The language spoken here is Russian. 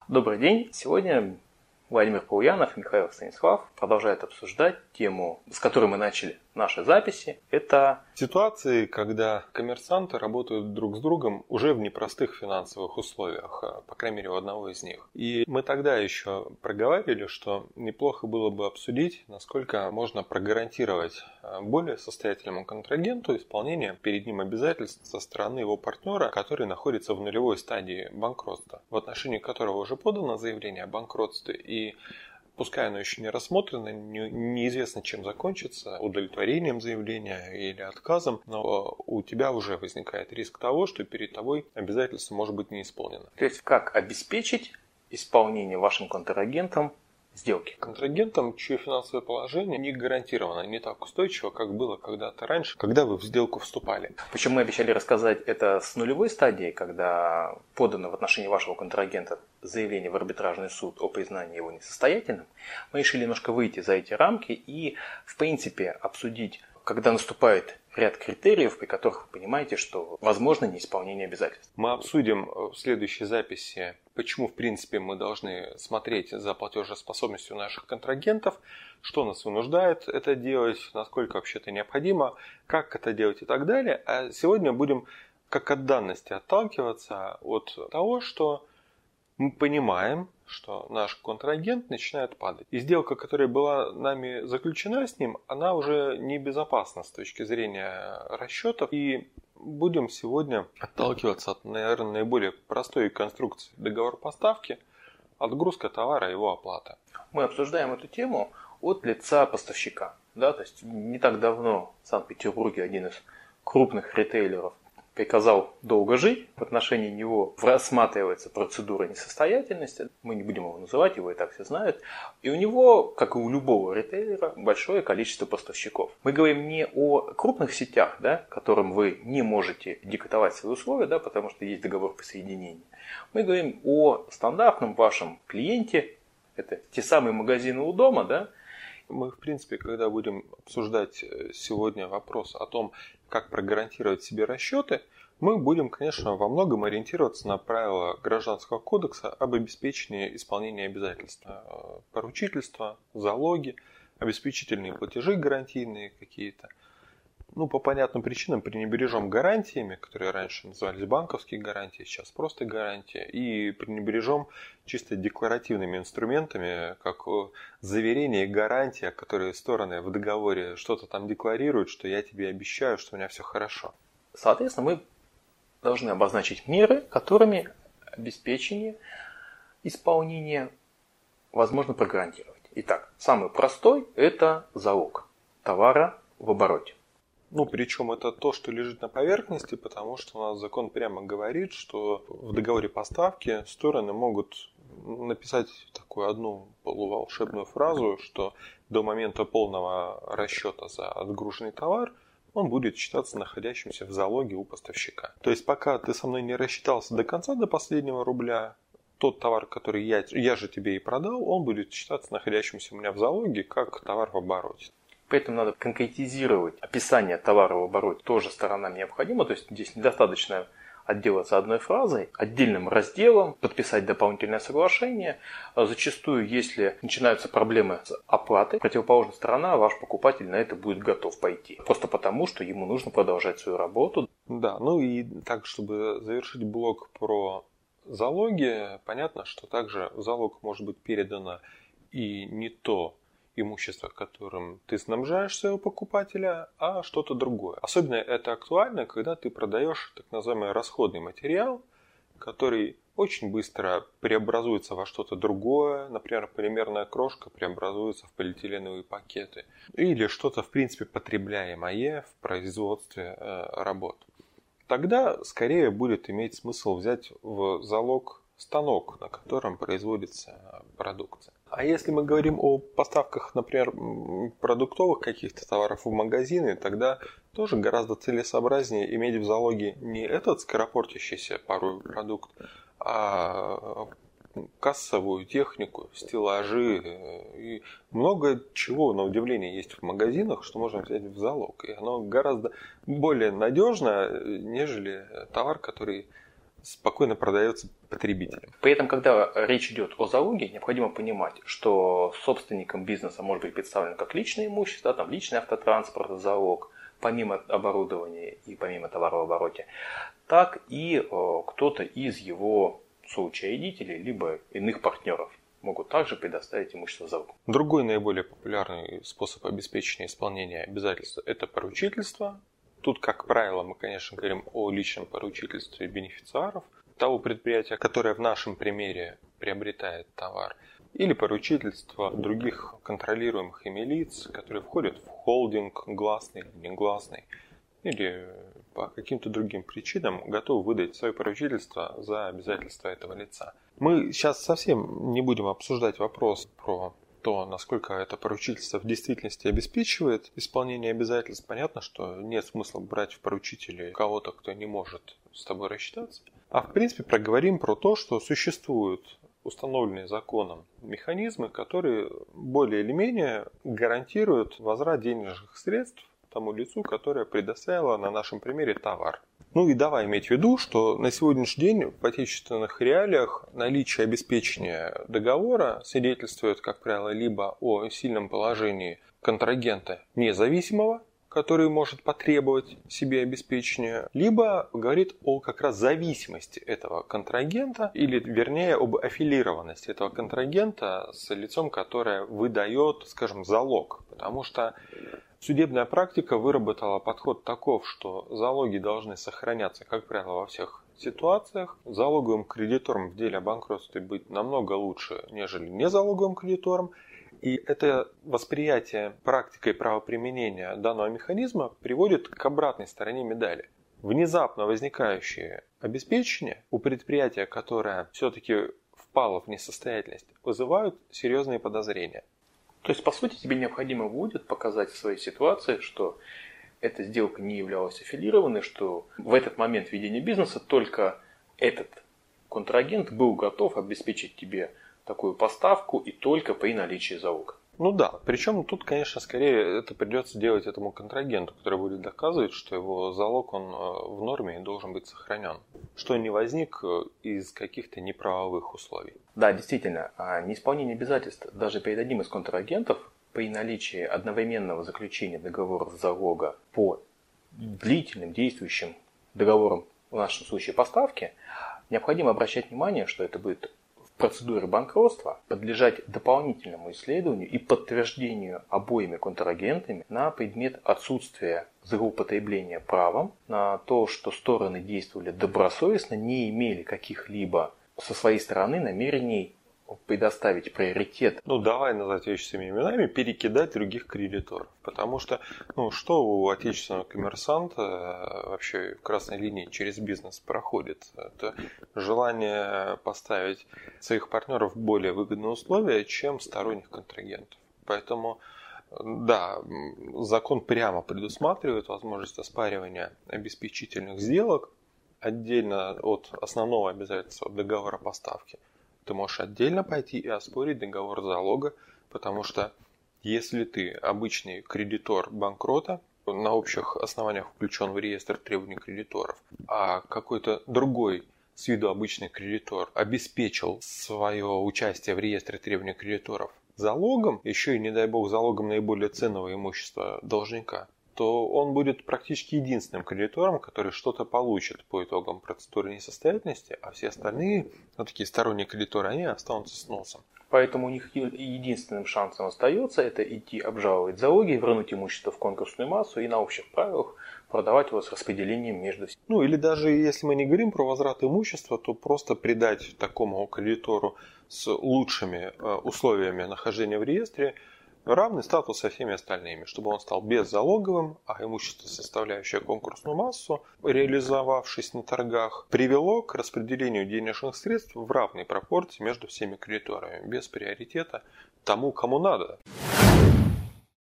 Добрый день. Сегодня Владимир Полуянов и Михаил Станислав продолжают обсуждать тему, с которой мы начали наши записи. Это ситуации, когда коммерсанты работают друг с другом уже в непростых финансовых условиях, по крайней мере у одного из них. И мы тогда еще проговаривали, что неплохо было бы обсудить, насколько можно прогарантировать более состоятельному контрагенту исполнение перед ним обязательств со стороны его партнера, который находится в нулевой стадии банкротства, в отношении которого уже подано заявление о банкротстве, и пускай оно еще не рассмотрено, неизвестно, чем закончится, удовлетворением заявления или отказом, но у тебя уже возникает риск того, что перед тобой обязательство может быть не исполнено. То есть, как обеспечить исполнение вашим контрагентам сделки? Контрагентам, чье финансовое положение не гарантировано, не так устойчиво, как было когда-то раньше, когда вы в сделку вступали. Причем мы обещали рассказать это с нулевой стадии, когда подано в отношении вашего контрагента заявление в арбитражный суд о признании его несостоятельным. Мы решили немножко выйти за эти рамки и, в принципе, обсудить, когда наступает ряд критериев, при которых вы понимаете, что возможно неисполнение обязательств. Мы обсудим в следующей записи, почему, в принципе, мы должны смотреть за платежеспособностью наших контрагентов, что нас вынуждает это делать, насколько вообще это необходимо, как это делать и так далее. А сегодня будем как от данности отталкиваться от того, что мы понимаем, что наш контрагент начинает падать. И сделка, которая была нами заключена с ним, она уже небезопасна с точки зрения расчетов. И будем сегодня отталкиваться от, наверное, наиболее простой конструкции договор поставки, отгрузка товара и его оплата. Мы обсуждаем эту тему от лица поставщика. Да? То есть не так давно в Санкт-Петербурге один из крупных ритейлеров приказал долго жить, в отношении него рассматривается процедура несостоятельности, мы не будем его называть, его и так все знают, и у него, как и у любого ритейлера, большое количество поставщиков. Мы говорим не о крупных сетях, да, которым вы не можете диктовать свои условия, да, потому что есть договор присоединения. Мы говорим о стандартном вашем клиенте, это те самые магазины у дома, да. Мы, в принципе, когда будем обсуждать сегодня вопрос о том, как прогарантировать себе расчеты, мы будем, конечно, во многом ориентироваться на правила Гражданского кодекса об обеспечении исполнения обязательств. Поручительства, залоги, обеспечительные платежи гарантийные какие-то. По понятным причинам пренебрежем гарантиями, которые раньше назывались банковские гарантии, сейчас просто гарантия, и пренебрежем чисто декларативными инструментами, как заверение и гарантия, которые стороны в договоре что-то там декларируют, что я тебе обещаю, что у меня все хорошо. Соответственно, мы должны обозначить меры, которыми обеспечение исполнения возможно прогарантировать. Итак, самый простой – это залог товара в обороте. Причем это то, что лежит на поверхности, потому что у нас закон прямо говорит, что в договоре поставки стороны могут написать такую одну полуволшебную фразу, что до момента полного расчета за отгруженный товар он будет считаться находящимся в залоге у поставщика. То есть пока ты со мной не рассчитался до конца, до последнего рубля, тот товар, который я же тебе и продал, он будет считаться находящимся у меня в залоге как товар в обороте. Поэтому надо конкретизировать описание товара в обороте. Тоже сторонам необходимо. То есть здесь недостаточно отделаться одной фразой, отдельным разделом, подписать дополнительное соглашение. Зачастую, если начинаются проблемы с оплатой, противоположная сторона, ваш покупатель на это будет готов пойти. Просто потому, что ему нужно продолжать свою работу. Да, и так, чтобы завершить блок про залоги, понятно, что также в залог может быть передано и не то имущество, которым ты снабжаешь своего покупателя, а что-то другое. Особенно это актуально, когда ты продаешь так называемый расходный материал, который очень быстро преобразуется во что-то другое. Например, полимерная крошка преобразуется в полиэтиленовые пакеты. Или что-то, в принципе, потребляемое в производстве работ. Тогда скорее будет иметь смысл взять в залог станок, на котором производится продукция. А если мы говорим о поставках, например, продуктовых каких-то товаров в магазины, тогда тоже гораздо целесообразнее иметь в залоге не этот скоропортящийся порой продукт, а кассовую технику, стеллажи и много чего, на удивление, есть в магазинах, что можно взять в залог. И оно гораздо более надежно, нежели товар, который спокойно продается потребителям. При этом, когда речь идет о залоге, необходимо понимать, что собственником бизнеса может быть представлено как личное имущество, там личный автотранспорт, залог, помимо оборудования и помимо товарооборота, так и кто-то из его соучредителей, либо иных партнеров могут также предоставить имущество в залог. Другой наиболее популярный способ обеспечения исполнения обязательств – это поручительство. Тут, как правило, мы, конечно, говорим о личном поручительстве бенефициаров, того предприятия, которое в нашем примере приобретает товар, или поручительство других контролируемых ими лиц, которые входят в холдинг, гласный или негласный, или по каким-то другим причинам готовы выдать свое поручительство за обязательства этого лица. Мы сейчас совсем не будем обсуждать вопрос про то, насколько это поручительство в действительности обеспечивает исполнение обязательств. Понятно, что нет смысла брать в поручители кого-то, кто не может с тобой рассчитаться. А в принципе проговорим про то, что существуют установленные законом механизмы, которые более или менее гарантируют возврат денежных средств тому лицу, которое предоставило на нашем примере товар. Ну и давай иметь в виду, что на сегодняшний день в отечественных реалиях наличие обеспечения договора свидетельствует, как правило, либо о сильном положении контрагента независимого, который может потребовать себе обеспечения, либо говорит о как раз зависимости этого контрагента, или вернее об аффилированности этого контрагента с лицом, которое выдает, скажем, залог. Потому что судебная практика выработала подход таков, что залоги должны сохраняться, как правило, во всех ситуациях. Залоговым кредитором в деле о банкротстве быть намного лучше, нежели незалоговым кредитором. И это восприятие практикой правоприменения данного механизма приводит к обратной стороне медали. Внезапно возникающие обеспечения у предприятия, которое все-таки впало в несостоятельность, вызывают серьезные подозрения. То есть, по сути, тебе необходимо будет показать в своей ситуации, что эта сделка не являлась аффилированной, что в этот момент ведения бизнеса только этот контрагент был готов обеспечить тебе такую поставку и только при наличии залога. Ну да, причем тут, конечно, скорее это придется делать этому контрагенту, который будет доказывать, что его залог он в норме и должен быть сохранен, что не возник из каких-то неправовых условий. Да, действительно, неисполнение обязательств даже перед одним из контрагентов при наличии одновременного заключения договора залога по длительным действующим договорам, в нашем случае поставки, необходимо обращать внимание, что это будет в процедуре банкротства подлежать дополнительному исследованию и подтверждению обоими контрагентами на предмет отсутствия злоупотребления правом, на то, что стороны действовали добросовестно, не имели каких-либо со своей стороны намерений предоставить приоритет. Ну, давай назвать вещи своими именами, перекидать других кредиторов. Потому что, что у отечественного коммерсанта вообще красной линии через бизнес проходит? Это желание поставить своих партнеров в более выгодные условия, чем сторонних контрагентов. Поэтому, да, закон прямо предусматривает возможность оспаривания обеспечительных сделок отдельно от основного обязательства договора поставки. Ты можешь отдельно пойти и оспорить договор залога, потому что если ты обычный кредитор банкрота, на общих основаниях включен в реестр требований кредиторов, а какой-то другой с виду обычный кредитор обеспечил свое участие в реестре требований кредиторов залогом, еще и, не дай бог, залогом наиболее ценного имущества должника, то он будет практически единственным кредитором, который что-то получит по итогам процедуры несостоятельности, а все остальные, такие сторонние кредиторы, они останутся с носом. Поэтому у них единственным шансом остается это идти обжаловать залоги, вернуть имущество в конкурсную массу и на общих правилах продавать его с распределением между всеми. Или даже если мы не говорим про возврат имущества, то просто придать такому кредитору с лучшими условиями нахождения в реестре равный статус со всеми остальными, чтобы он стал беззалоговым, а имущество, составляющее конкурсную массу, реализовавшись на торгах, привело к распределению денежных средств в равной пропорции между всеми кредиторами, без приоритета тому, кому надо.